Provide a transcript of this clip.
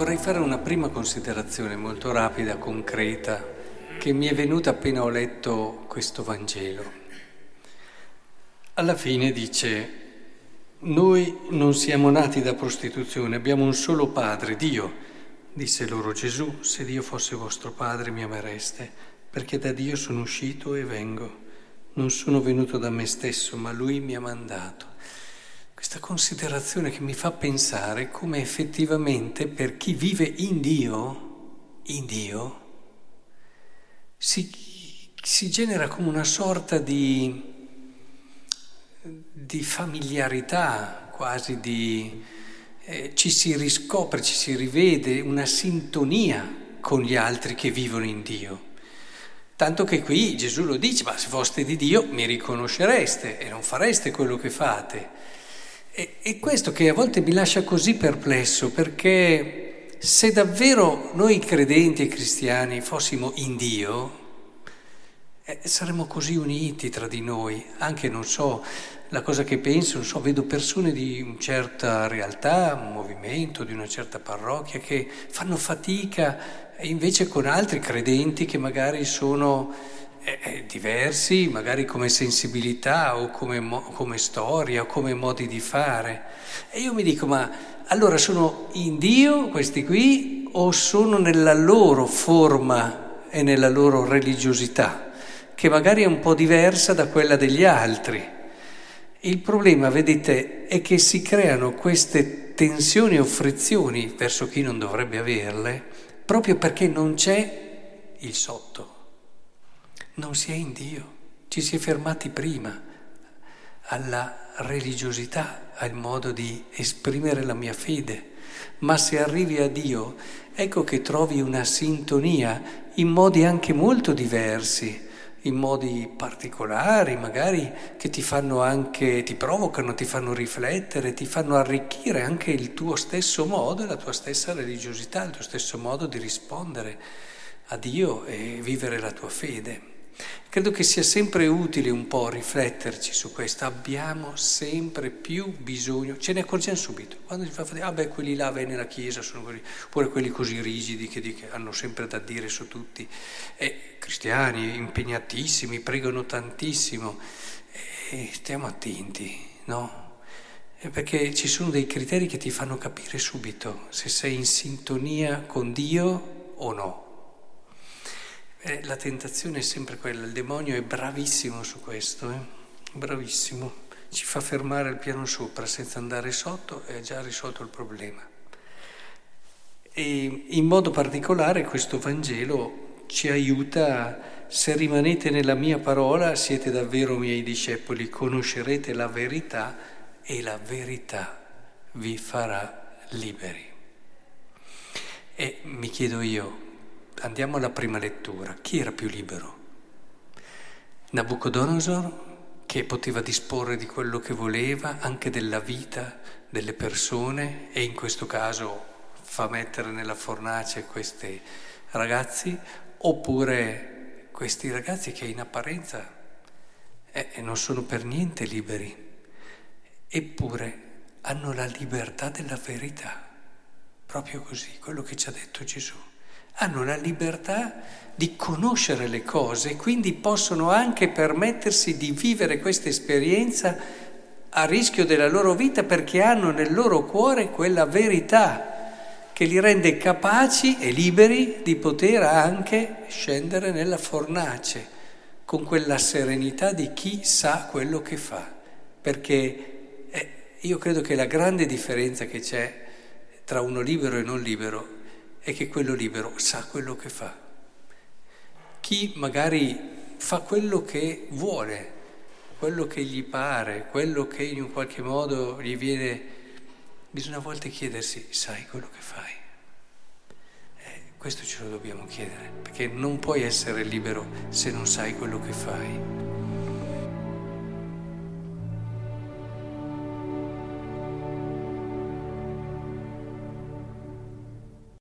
vorrei fare una prima considerazione molto rapida, concreta, che mi è venuta appena ho letto questo Vangelo. Alla fine dice: noi non siamo nati da prostituzione, abbiamo un solo padre, Dio. Disse loro Gesù: se Dio fosse vostro padre mi amereste, perché da Dio sono uscito e vengo. Non sono venuto da me stesso, ma Lui mi ha mandato. Questa considerazione che mi fa pensare come effettivamente per chi vive in Dio, si genera come una sorta di familiarità, quasi ci si riscopre, ci si rivede, una sintonia con gli altri che vivono in Dio. Tanto che qui Gesù lo dice: ma se foste di Dio mi riconoscereste e non fareste quello che fate. E questo che a volte mi lascia così perplesso, perché se davvero noi credenti e cristiani fossimo in Dio, saremmo così uniti tra di noi. Anche, non so, la cosa che penso, non so, vedo persone di una certa realtà, un movimento, di una certa parrocchia che fanno fatica invece con altri credenti che magari sono diversi, magari come sensibilità o come storia o come modi di fare. E io mi dico: ma allora sono in Dio questi qui o sono nella loro forma e nella loro religiosità, che magari è un po' diversa da quella degli altri? Il problema, vedete, è che si creano queste tensioni o frizioni verso chi non dovrebbe averle, proprio perché non c'è il sotto. Non si è in Dio, ci si è fermati prima alla religiosità, al modo di esprimere la mia fede. Ma se arrivi a Dio, ecco che trovi una sintonia in modi anche molto diversi, in modi particolari, magari che ti fanno anche, ti provocano, ti fanno riflettere, ti fanno arricchire anche il tuo stesso modo, la tua stessa religiosità, il tuo stesso modo di rispondere a Dio e vivere la tua fede. Credo che sia sempre utile un po' rifletterci su questo. Abbiamo sempre più bisogno, ce ne accorgiamo subito, quando si fa fatica, quelli là nella chiesa sono quelli, oppure quelli così rigidi che hanno sempre da dire su tutti, cristiani impegnatissimi, pregano tantissimo, stiamo attenti, no? Perché ci sono dei criteri che ti fanno capire subito se sei in sintonia con Dio o no. La tentazione è sempre quella, il demonio è bravissimo su questo, bravissimo, ci fa fermare al piano sopra senza andare sotto e ha già risolto il problema. E in modo particolare questo Vangelo ci aiuta: se rimanete nella mia parola siete davvero miei discepoli, conoscerete la verità e la verità vi farà liberi. E mi chiedo io, andiamo alla prima lettura. Chi era più libero? Nabucodonosor, che poteva disporre di quello che voleva, anche della vita delle persone, e in questo caso fa mettere nella fornace questi ragazzi, oppure questi ragazzi che in apparenza non sono per niente liberi, eppure hanno la libertà della verità, proprio così, quello che ci ha detto Gesù. Hanno la libertà di conoscere le cose e quindi possono anche permettersi di vivere questa esperienza a rischio della loro vita, perché hanno nel loro cuore quella verità che li rende capaci e liberi di poter anche scendere nella fornace con quella serenità di chi sa quello che fa. Perché io credo che la grande differenza che c'è tra uno libero e non libero è che quello libero sa quello che fa. Chi magari fa quello che vuole, quello che gli pare, quello che in un qualche modo gli viene, bisogna a volte chiedersi: sai quello che fai? Questo ce lo dobbiamo chiedere, perché non puoi essere libero se non sai quello che fai.